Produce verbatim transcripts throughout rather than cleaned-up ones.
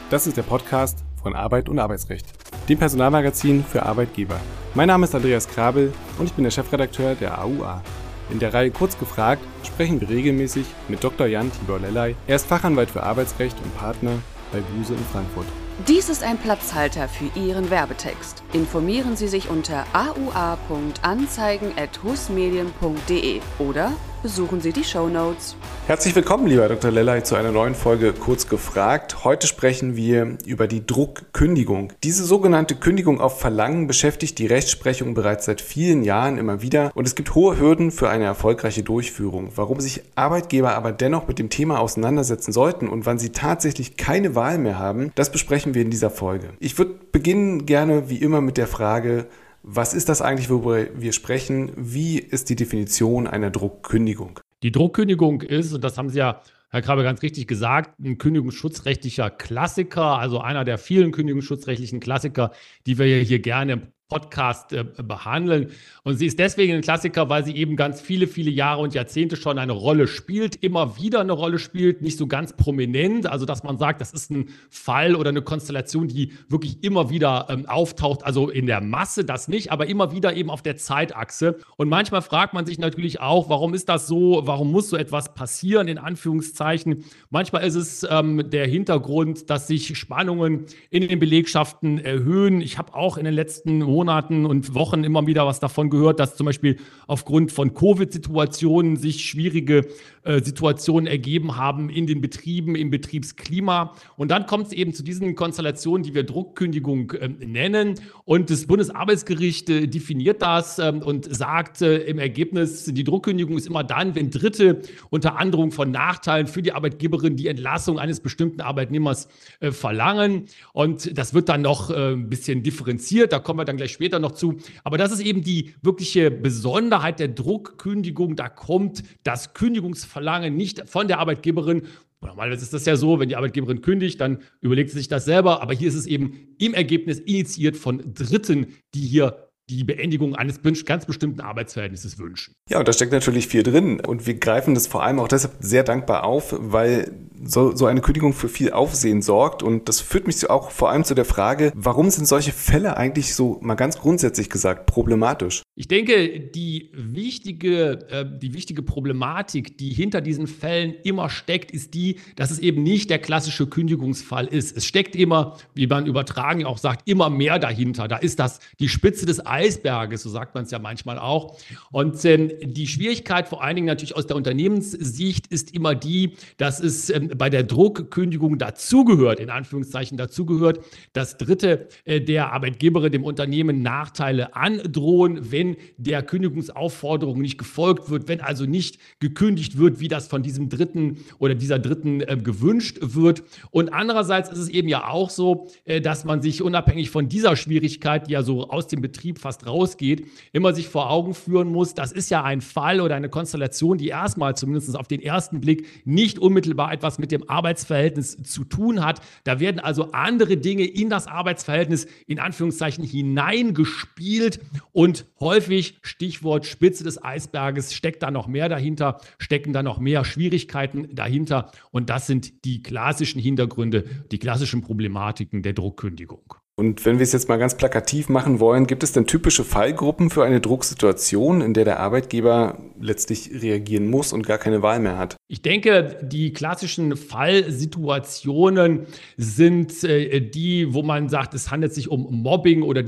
Das ist der Podcast von Arbeit und Arbeitsrecht, dem Personalmagazin für Arbeitgeber. Mein Name ist Andreas Krabel und ich bin der Chefredakteur der A U A. In der Reihe Kurz gefragt sprechen wir regelmäßig mit Doktor Jan Tibor Lellay. Er ist Fachanwalt für Arbeitsrecht und Partner bei Buse in Frankfurt. Dies ist ein Platzhalter für Ihren Werbetext. Informieren Sie sich unter a u a punkt anzeigen at husmedien punkt de oder besuchen Sie die Shownotes. Herzlich willkommen, lieber Doktor Lellay, zu einer neuen Folge Kurz gefragt. Heute sprechen wir über die Druckkündigung. Diese sogenannte Kündigung auf Verlangen beschäftigt die Rechtsprechung bereits seit vielen Jahren immer wieder und es gibt hohe Hürden für eine erfolgreiche Durchführung. Warum sich Arbeitgeber aber dennoch mit dem Thema auseinandersetzen sollten und wann sie tatsächlich keine Wahl mehr haben, das besprechen wir in dieser Folge. Ich würde beginnen gerne wie immer mit der Frage: Was ist das eigentlich, worüber wir sprechen? Wie ist die Definition einer Druckkündigung? Die Druckkündigung ist, und das haben Sie ja, Herr Krabbe, ganz richtig gesagt, ein kündigungsschutzrechtlicher Klassiker, also einer der vielen kündigungsschutzrechtlichen Klassiker, die wir hier gerne im Podcast äh, behandeln. Und sie ist deswegen ein Klassiker, weil sie eben ganz viele, viele Jahre und Jahrzehnte schon eine Rolle spielt, immer wieder eine Rolle spielt, nicht so ganz prominent, also dass man sagt, das ist ein Fall oder eine Konstellation, die wirklich immer wieder ähm, auftaucht, also in der Masse das nicht, aber immer wieder eben auf der Zeitachse. Und manchmal fragt man sich natürlich auch, warum ist das so, warum muss so etwas passieren, in Anführungszeichen. Manchmal ist es ähm, der Hintergrund, dass sich Spannungen in den Belegschaften erhöhen. Ich habe auch in den letzten Monaten und Wochen immer wieder was davon gehört, dass zum Beispiel aufgrund von Covid-Situationen sich schwierige äh, Situationen ergeben haben in den Betrieben, im Betriebsklima. Und dann kommt es eben zu diesen Konstellationen, die wir Druckkündigung äh, nennen. Und das Bundesarbeitsgericht äh, definiert das äh, und sagt äh, im Ergebnis, die Druckkündigung ist immer dann, wenn Dritte unter Androhung von Nachteilen für die Arbeitgeberin die Entlassung eines bestimmten Arbeitnehmers äh, verlangen. Und das wird dann noch äh, ein bisschen differenziert, da kommen wir dann gleich später noch zu. Aber das ist eben die wirkliche Besonderheit der Druckkündigung. Da kommt das Kündigungsverlangen nicht von der Arbeitgeberin. Normalerweise ist das ja so, wenn die Arbeitgeberin kündigt, dann überlegt sie sich das selber. Aber hier ist es eben im Ergebnis initiiert von Dritten, die hier die Beendigung eines ganz bestimmten Arbeitsverhältnisses wünschen. Ja, und da steckt natürlich viel drin. Und wir greifen das vor allem auch deshalb sehr dankbar auf, weil so, so eine Kündigung für viel Aufsehen sorgt. Und das führt mich auch vor allem zu der Frage, warum sind solche Fälle eigentlich so, mal ganz grundsätzlich gesagt, problematisch? Ich denke, die wichtige, äh, die wichtige Problematik, die hinter diesen Fällen immer steckt, ist die, dass es eben nicht der klassische Kündigungsfall ist. Es steckt immer, wie man übertragen auch sagt, immer mehr dahinter. Da ist das die Spitze des Eisberges, so sagt man es ja manchmal auch. Und ähm, die Schwierigkeit, vor allen Dingen natürlich aus der Unternehmenssicht, ist immer die, dass es ähm, bei der Druckkündigung dazugehört, in Anführungszeichen dazugehört, dass Dritte äh, der Arbeitgeberin dem Unternehmen Nachteile androhen, wenn der Kündigungsaufforderung nicht gefolgt wird, wenn also nicht gekündigt wird, wie das von diesem Dritten oder dieser Dritten äh, gewünscht wird. Und andererseits ist es eben ja auch so, äh, dass man sich unabhängig von dieser Schwierigkeit, die ja so aus dem Betrieb fast rausgeht, immer sich vor Augen führen muss, das ist ja ein Fall oder eine Konstellation, die erstmal zumindest auf den ersten Blick nicht unmittelbar etwas mit dem Arbeitsverhältnis zu tun hat. Da werden also andere Dinge in das Arbeitsverhältnis in Anführungszeichen hineingespielt und häufig, Stichwort Spitze des Eisberges, steckt da noch mehr dahinter, stecken da noch mehr Schwierigkeiten dahinter und das sind die klassischen Hintergründe, die klassischen Problematiken der Druckkündigung. Und wenn wir es jetzt mal ganz plakativ machen wollen, gibt es denn typische Fallgruppen für eine Drucksituation, in der der Arbeitgeber letztlich reagieren muss und gar keine Wahl mehr hat? Ich denke, die klassischen Fallsituationen sind äh, die, wo man sagt, es handelt sich um Mobbing- oder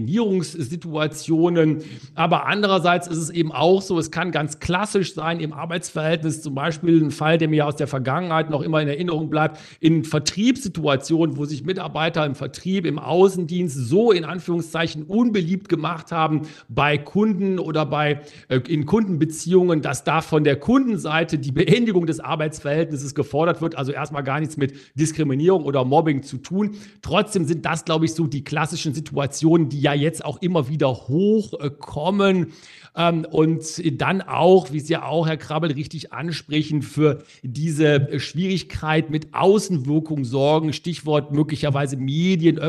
Diskriminierungssituationen. Aber andererseits ist es eben auch so, es kann ganz klassisch sein im Arbeitsverhältnis, zum Beispiel ein Fall, der mir aus der Vergangenheit noch immer in Erinnerung bleibt, in Vertriebssituationen, wo sich Mitarbeiter im Vertrieb, im Außendienst so in Anführungszeichen unbeliebt gemacht haben bei Kunden oder bei äh, in Kundenbeziehungen, dass da von der Kundenseite die Beendigung des Arbeitsverhältnisses gefordert wird, also erstmal gar nichts mit Diskriminierung oder Mobbing zu tun. Trotzdem sind das, glaube ich, so die klassischen Situationen, die ja jetzt auch immer wieder hochkommen. Ähm, und dann auch, wie Sie ja auch, Herr Krabbel, richtig ansprechen, für diese Schwierigkeit mit Außenwirkung sorgen, Stichwort möglicherweise Medienöffentlichkeit,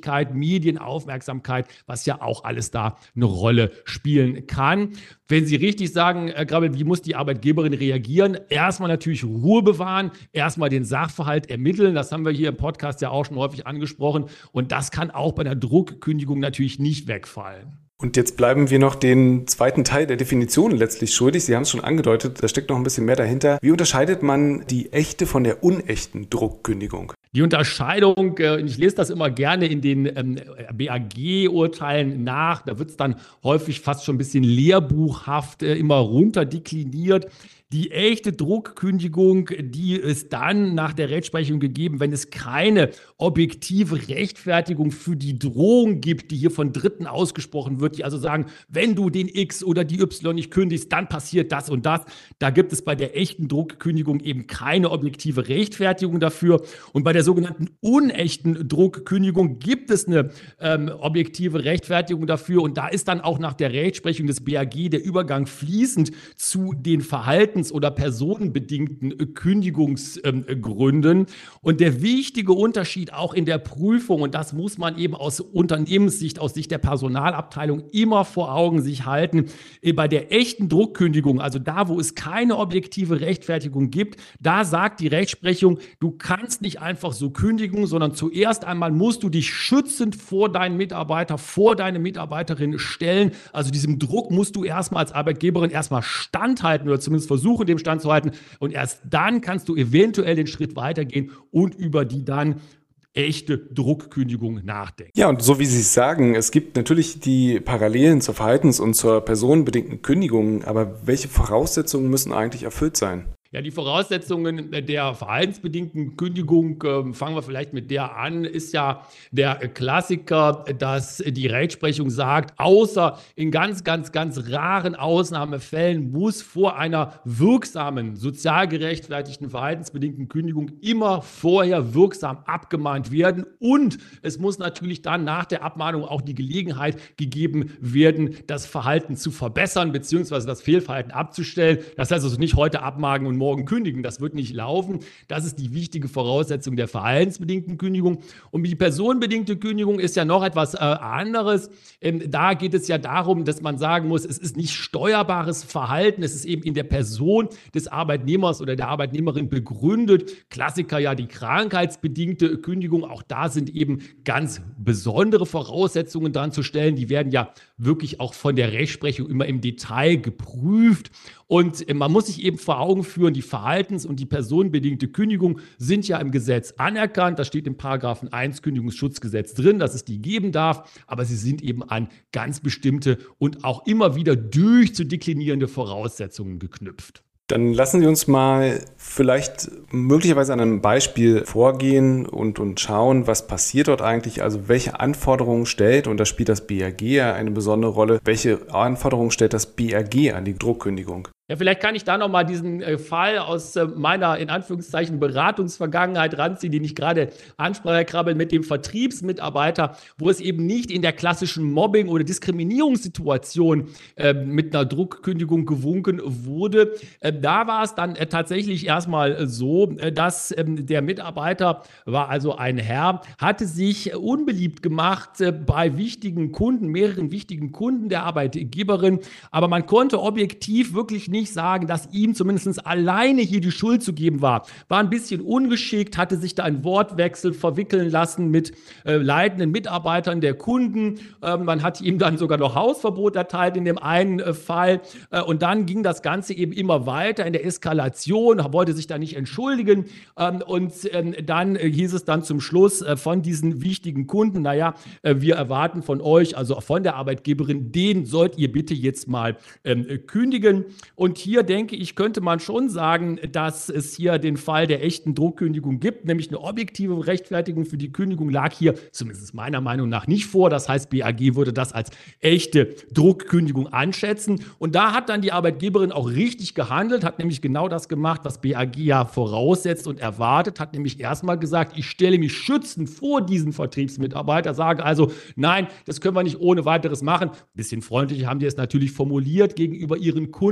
Öffentlichkeit, Medienaufmerksamkeit, was ja auch alles da eine Rolle spielen kann. Wenn Sie richtig sagen, Herr Grabbel, wie muss die Arbeitgeberin reagieren? Erstmal natürlich Ruhe bewahren, erstmal den Sachverhalt ermitteln. Das haben wir hier im Podcast ja auch schon häufig angesprochen. Und das kann auch bei einer Druckkündigung natürlich nicht wegfallen. Und jetzt bleiben wir noch den zweiten Teil der Definition letztlich schuldig. Sie haben es schon angedeutet, da steckt noch ein bisschen mehr dahinter. Wie unterscheidet man die echte von der unechten Druckkündigung? Die Unterscheidung, ich lese das immer gerne in den ähm, B A G-Urteilen nach, da wird es dann häufig fast schon ein bisschen lehrbuchhaft äh, immer runterdekliniert. Die echte Druckkündigung, die ist dann nach der Rechtsprechung gegeben, wenn es keine objektive Rechtfertigung für die Drohung gibt, die hier von Dritten ausgesprochen wird, die also sagen, wenn du den X oder die Y nicht kündigst, dann passiert das und das. Da gibt es bei der echten Druckkündigung eben keine objektive Rechtfertigung dafür. Und bei der sogenannten unechten Druckkündigung gibt es eine ähm, objektive Rechtfertigung dafür. Und da ist dann auch nach der Rechtsprechung des B A G der Übergang fließend zu den Verhalten oder personenbedingten Kündigungsgründen. Und der wichtige Unterschied auch in der Prüfung, und das muss man eben aus Unternehmenssicht, aus Sicht der Personalabteilung immer vor Augen sich halten, bei der echten Druckkündigung, also da, wo es keine objektive Rechtfertigung gibt, da sagt die Rechtsprechung, du kannst nicht einfach so kündigen, sondern zuerst einmal musst du dich schützend vor deinen Mitarbeiter, vor deine Mitarbeiterin stellen. Also diesem Druck musst du erstmal als Arbeitgeberin erstmal standhalten oder zumindest versuchen, dem Stand zu halten. Und erst dann kannst du eventuell den Schritt weitergehen und über die dann echte Druckkündigung nachdenken. Ja, und so wie Sie es sagen, es gibt natürlich die Parallelen zur Verhaltens- und zur personenbedingten Kündigung, aber welche Voraussetzungen müssen eigentlich erfüllt sein? Ja, die Voraussetzungen der verhaltensbedingten Kündigung, äh, fangen wir vielleicht mit der an, ist ja der Klassiker, dass die Rechtsprechung sagt, außer in ganz, ganz, ganz raren Ausnahmefällen muss vor einer wirksamen, sozial gerechtfertigten verhaltensbedingten Kündigung immer vorher wirksam abgemahnt werden und es muss natürlich dann nach der Abmahnung auch die Gelegenheit gegeben werden, das Verhalten zu verbessern bzw. das Fehlverhalten abzustellen. Das heißt also nicht heute abmahnen und morgen kündigen, das wird nicht laufen. Das ist die wichtige Voraussetzung der verhaltensbedingten Kündigung. Und die personenbedingte Kündigung ist ja noch etwas äh, anderes. Ähm, da geht es ja darum, dass man sagen muss, es ist nicht steuerbares Verhalten, es ist eben in der Person des Arbeitnehmers oder der Arbeitnehmerin begründet. Klassiker ja die krankheitsbedingte Kündigung, auch da sind eben ganz besondere Voraussetzungen dran zu stellen. Die werden ja wirklich auch von der Rechtsprechung immer im Detail geprüft. Und man muss sich eben vor Augen führen, die Verhaltens- und die personenbedingte Kündigung sind ja im Gesetz anerkannt. Das steht im Paragraphen eins Kündigungsschutzgesetz drin, dass es die geben darf. Aber sie sind eben an ganz bestimmte und auch immer wieder durchzudeklinierende Voraussetzungen geknüpft. Dann lassen Sie uns mal vielleicht möglicherweise an einem Beispiel vorgehen und, und schauen, was passiert dort eigentlich, also welche Anforderungen stellt, und da spielt das B A G ja eine besondere Rolle, welche Anforderungen stellt das B A G an die Druckkündigung? Ja, vielleicht kann ich da nochmal diesen äh, Fall aus äh, meiner, in Anführungszeichen, Beratungsvergangenheit ranziehen, den ich gerade ansprach, Herr Grabbel, mit dem Vertriebsmitarbeiter, wo es eben nicht in der klassischen Mobbing- oder Diskriminierungssituation äh, mit einer Druckkündigung gewunken wurde. Äh, da war es dann äh, tatsächlich erstmal äh, so, äh, dass äh, der Mitarbeiter, war also ein Herr, hatte sich äh, unbeliebt gemacht äh, bei wichtigen Kunden, mehreren wichtigen Kunden der Arbeitgeberin, aber man konnte objektiv wirklich nicht nicht sagen, dass ihm zumindest alleine hier die Schuld zu geben war. War ein bisschen ungeschickt, hatte sich da ein Wortwechsel verwickeln lassen mit äh, leitenden Mitarbeitern der Kunden. Ähm, man hat ihm dann sogar noch Hausverbot erteilt in dem einen äh, Fall. Äh, und dann ging das Ganze eben immer weiter in der Eskalation, wollte sich da nicht entschuldigen. Ähm, und ähm, dann äh, hieß es dann zum Schluss äh, von diesen wichtigen Kunden, naja, äh, wir erwarten von euch, also von der Arbeitgeberin, den sollt ihr bitte jetzt mal ähm, kündigen. Und hier denke ich, könnte man schon sagen, dass es hier den Fall der echten Druckkündigung gibt, nämlich eine objektive Rechtfertigung für die Kündigung lag hier zumindest meiner Meinung nach nicht vor. Das heißt, B A G würde das als echte Druckkündigung anschätzen. Und da hat dann die Arbeitgeberin auch richtig gehandelt, hat nämlich genau das gemacht, was B A G ja voraussetzt und erwartet, hat nämlich erstmal gesagt, ich stelle mich schützend vor diesen Vertriebsmitarbeiter, sage also, nein, das können wir nicht ohne weiteres machen. Ein bisschen freundlich haben die es natürlich formuliert gegenüber ihren Kunden,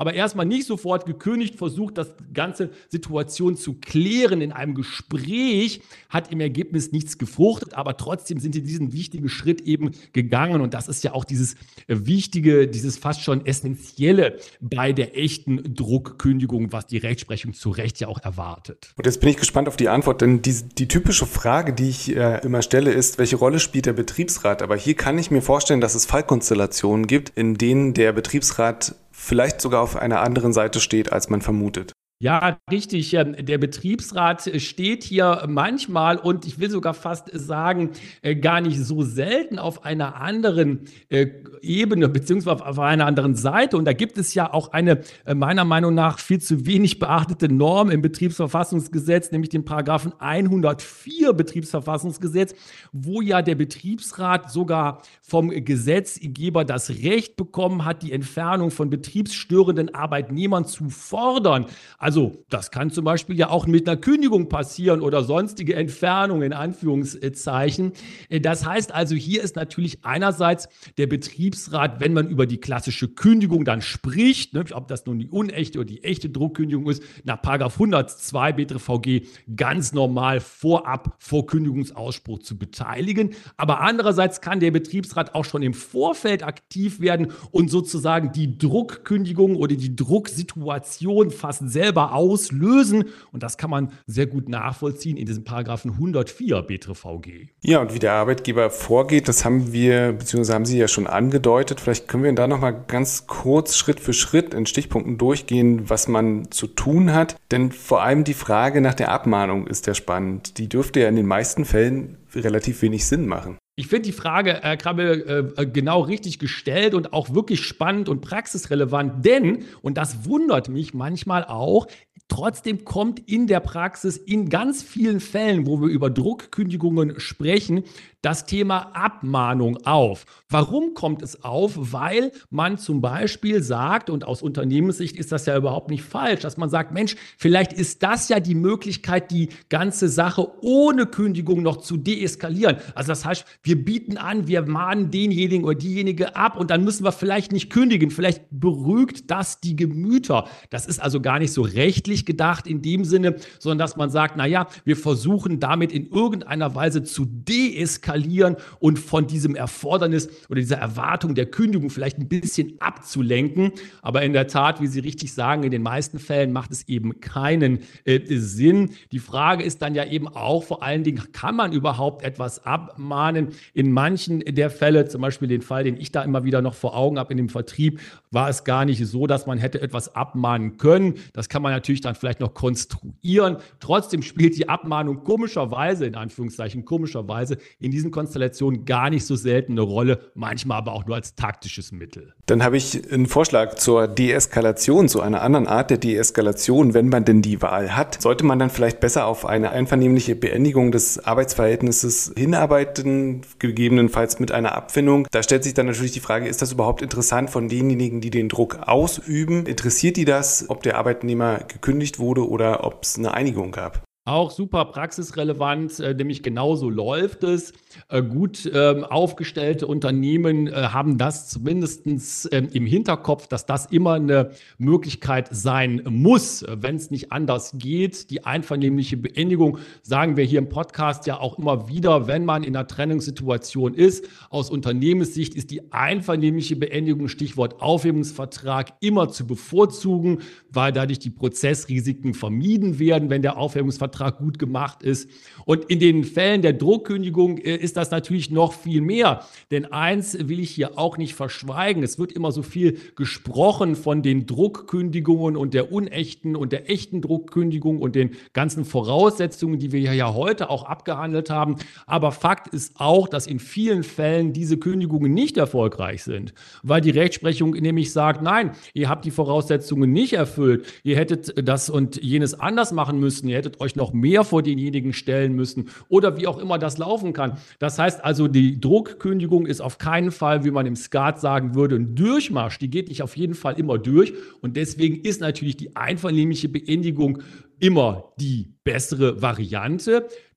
aber erstmal nicht sofort gekündigt, versucht, das ganze Situation zu klären in einem Gespräch, hat im Ergebnis nichts gefruchtet, aber trotzdem sind sie diesen wichtigen Schritt eben gegangen und das ist ja auch dieses Wichtige, dieses fast schon Essentielle bei der echten Druckkündigung, was die Rechtsprechung zu Recht ja auch erwartet. Und jetzt bin ich gespannt auf die Antwort, denn die, die typische Frage, die ich äh, immer stelle, ist, welche Rolle spielt der Betriebsrat? Aber hier kann ich mir vorstellen, dass es Fallkonstellationen gibt, in denen der Betriebsrat vielleicht sogar auf einer anderen Seite steht, als man vermutet. Ja, richtig. Der Betriebsrat steht hier manchmal und ich will sogar fast sagen, gar nicht so selten auf einer anderen Ebene beziehungsweise auf einer anderen Seite. Und da gibt es ja auch eine meiner Meinung nach viel zu wenig beachtete Norm im Betriebsverfassungsgesetz, nämlich den Paragraphen hundertvier Betriebsverfassungsgesetz, wo ja der Betriebsrat sogar vom Gesetzgeber das Recht bekommen hat, die Entfernung von betriebsstörenden Arbeitnehmern zu fordern. Also das kann zum Beispiel ja auch mit einer Kündigung passieren oder sonstige Entfernung in Anführungszeichen. Das heißt also, hier ist natürlich einerseits der Betriebsrat, wenn man über die klassische Kündigung dann spricht, ne, ob das nun die unechte oder die echte Druckkündigung ist, nach Paragraph hundertzwei B T R V G ganz normal vorab vor Kündigungsausspruch zu beteiligen. Aber andererseits kann der Betriebsrat auch schon im Vorfeld aktiv werden und sozusagen die Druckkündigung oder die Drucksituation fast selber auslösen. Und das kann man sehr gut nachvollziehen in diesem Paragraphen hundertvier B T R V G. Ja, und wie der Arbeitgeber vorgeht, das haben wir, beziehungsweise haben Sie ja schon angedeutet. Vielleicht können wir da nochmal ganz kurz Schritt für Schritt in Stichpunkten durchgehen, was man zu tun hat. Denn vor allem die Frage nach der Abmahnung ist ja spannend. Die dürfte ja in den meisten Fällen relativ wenig Sinn machen. Ich finde die Frage, Herr Krabbe, äh, genau richtig gestellt und auch wirklich spannend und praxisrelevant, denn, und das wundert mich manchmal auch, trotzdem kommt in der Praxis in ganz vielen Fällen, wo wir über Druckkündigungen sprechen, das Thema Abmahnung auf. Warum kommt es auf? Weil man zum Beispiel sagt, und aus Unternehmenssicht ist das ja überhaupt nicht falsch, dass man sagt, Mensch, vielleicht ist das ja die Möglichkeit, die ganze Sache ohne Kündigung noch zu deeskalieren. Also das heißt, wir bieten an, wir mahnen denjenigen oder diejenige ab und dann müssen wir vielleicht nicht kündigen. Vielleicht beruhigt das die Gemüter. Das ist also gar nicht so rechtlich gedacht in dem Sinne, sondern dass man sagt, naja, wir versuchen damit in irgendeiner Weise zu deeskalieren und von diesem Erfordernis oder dieser Erwartung der Kündigung vielleicht ein bisschen abzulenken. Aber in der Tat, wie Sie richtig sagen, in den meisten Fällen macht es eben keinen äh, Sinn. Die Frage ist dann ja eben auch vor allen Dingen, kann man überhaupt etwas abmahnen? In manchen der Fälle, zum Beispiel den Fall, den ich da immer wieder noch vor Augen habe in dem Vertrieb, war es gar nicht so, dass man hätte etwas abmahnen können. Das kann man natürlich dann vielleicht noch konstruieren. Trotzdem spielt die Abmahnung komischerweise, in Anführungszeichen komischerweise, in diesen Konstellationen gar nicht so selten eine Rolle, manchmal aber auch nur als taktisches Mittel. Dann habe ich einen Vorschlag zur Deeskalation, zu einer anderen Art der Deeskalation, wenn man denn die Wahl hat. Sollte man dann vielleicht besser auf eine einvernehmliche Beendigung des Arbeitsverhältnisses hinarbeiten, gegebenenfalls mit einer Abfindung? Da stellt sich dann natürlich die Frage, ist das überhaupt interessant von denjenigen, die den Druck ausüben? Interessiert die das, ob der Arbeitnehmer gekündigt wurde oder ob es eine Einigung gab? Auch super praxisrelevant, äh, nämlich genauso läuft es. Äh, gut ähm, aufgestellte Unternehmen äh, haben das zumindest ähm, im Hinterkopf, dass das immer eine Möglichkeit sein muss, äh, wenn es nicht anders geht. Die einvernehmliche Beendigung sagen wir hier im Podcast ja auch immer wieder, wenn man in einer Trennungssituation ist. Aus Unternehmenssicht ist die einvernehmliche Beendigung, Stichwort Aufhebungsvertrag, immer zu bevorzugen, weil dadurch die Prozessrisiken vermieden werden, wenn der Aufhebungsvertrag gut gemacht ist. Und in den Fällen der Druckkündigung äh, ist das natürlich noch viel mehr. Denn eins will ich hier auch nicht verschweigen. Es wird immer so viel gesprochen von den Druckkündigungen und der unechten und der echten Druckkündigung und den ganzen Voraussetzungen, die wir ja heute auch abgehandelt haben. Aber Fakt ist auch, dass in vielen Fällen diese Kündigungen nicht erfolgreich sind, weil die Rechtsprechung nämlich sagt, nein, ihr habt die Voraussetzungen nicht erfüllt. Ihr hättet das und jenes anders machen müssen. Ihr hättet euch noch mehr vor denjenigen stellen müssen oder wie auch immer das laufen kann. Das heißt also, die Druckkündigung ist auf keinen Fall, wie man im Skat sagen würde, ein Durchmarsch. Die geht nicht auf jeden Fall immer durch und deswegen ist natürlich die einvernehmliche Beendigung immer die bessere Variante.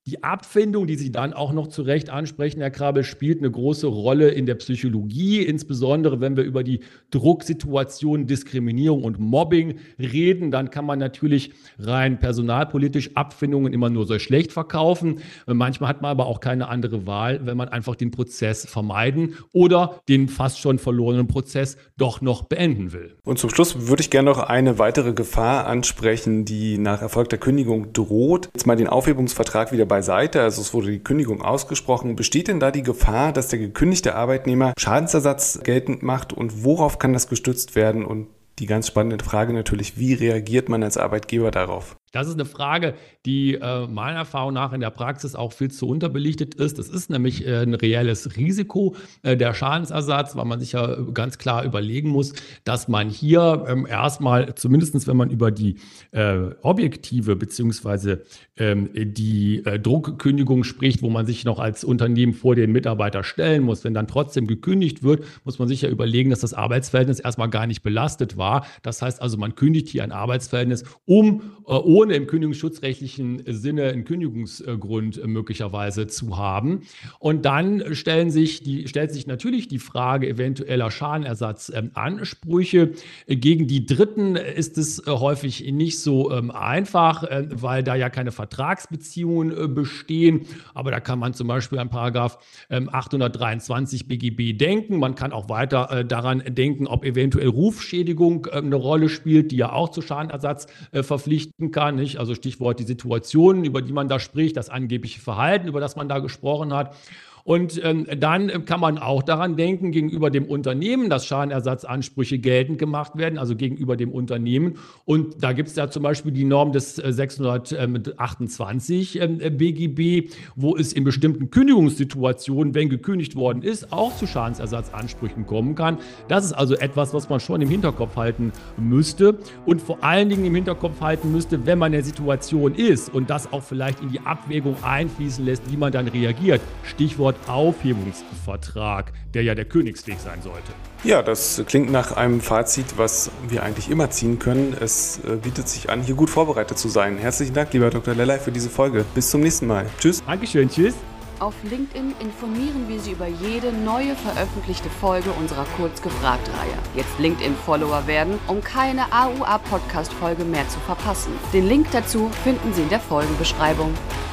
Die Abfindung, die Sie dann auch noch zu Recht ansprechen, Herr Krabbe, spielt eine große Rolle in der Psychologie, insbesondere wenn wir über die Drucksituation, Diskriminierung und Mobbing reden. Dann kann man natürlich rein personalpolitisch Abfindungen immer nur sehr schlecht verkaufen. Manchmal hat man aber auch keine andere Wahl, wenn man einfach den Prozess vermeiden oder den fast schon verlorenen Prozess doch noch beenden will. Und zum Schluss würde ich gerne noch eine weitere Gefahr ansprechen, die nach erfolgter Kündigung droht. Jetzt mal den Aufhebungsvertrag wieder beiseite, also es wurde die Kündigung ausgesprochen. Besteht denn da die Gefahr, dass der gekündigte Arbeitnehmer Schadensersatz geltend macht und worauf kann das gestützt werden? Und die ganz spannende Frage natürlich, wie reagiert man als Arbeitgeber darauf? Das ist eine Frage, die äh, meiner Erfahrung nach in der Praxis auch viel zu unterbelichtet ist. Das ist nämlich äh, ein reelles Risiko, äh, der Schadensersatz, weil man sich ja ganz klar überlegen muss, dass man hier ähm, erstmal, zumindest wenn man über die äh, objektive beziehungsweise ähm, die äh, Druckkündigung spricht, wo man sich noch als Unternehmen vor den Mitarbeiter stellen muss, wenn dann trotzdem gekündigt wird, muss man sich ja überlegen, dass das Arbeitsverhältnis erstmal gar nicht belastet war. Das heißt also, man kündigt hier ein Arbeitsverhältnis, um äh, ohne ohne im kündigungsschutzrechtlichen Sinne einen Kündigungsgrund möglicherweise zu haben. Und dann stellen sich die, stellt sich natürlich die Frage eventueller Schadenersatzansprüche. Gegen die Dritten ist es häufig nicht so einfach, weil da ja keine Vertragsbeziehungen bestehen. Aber da kann man zum Beispiel an Paragraph achthundertdreiundzwanzig B G B denken. Man kann auch weiter daran denken, ob eventuell Rufschädigung eine Rolle spielt, die ja auch zu Schadenersatz verpflichten kann. Nicht? Also Stichwort die Situationen, über die man da spricht, das angebliche Verhalten, über das man da gesprochen hat. Und ähm, dann kann man auch daran denken, gegenüber dem Unternehmen, dass Schadenersatzansprüche geltend gemacht werden, also gegenüber dem Unternehmen. Und da gibt es ja zum Beispiel die Norm des äh, sechshundertachtundzwanzig äh, B G B, wo es in bestimmten Kündigungssituationen, wenn gekündigt worden ist, auch zu Schadensersatzansprüchen kommen kann. Das ist also etwas, was man schon im Hinterkopf halten müsste und vor allen Dingen im Hinterkopf halten müsste, wenn man in der Situation ist und das auch vielleicht in die Abwägung einfließen lässt, wie man dann reagiert. Stichwort Aufhebungsvertrag, der ja der Königsweg sein sollte. Ja, das klingt nach einem Fazit, was wir eigentlich immer ziehen können. Es bietet sich an, hier gut vorbereitet zu sein. Herzlichen Dank, lieber Doktor Lellay, für diese Folge. Bis zum nächsten Mal. Tschüss. Dankeschön, tschüss. Auf LinkedIn informieren wir Sie über jede neue veröffentlichte Folge unserer Kurz gefragt-Reihe. Jetzt LinkedIn-Follower werden, um keine A U A-Podcast-Folge mehr zu verpassen. Den Link dazu finden Sie in der Folgenbeschreibung.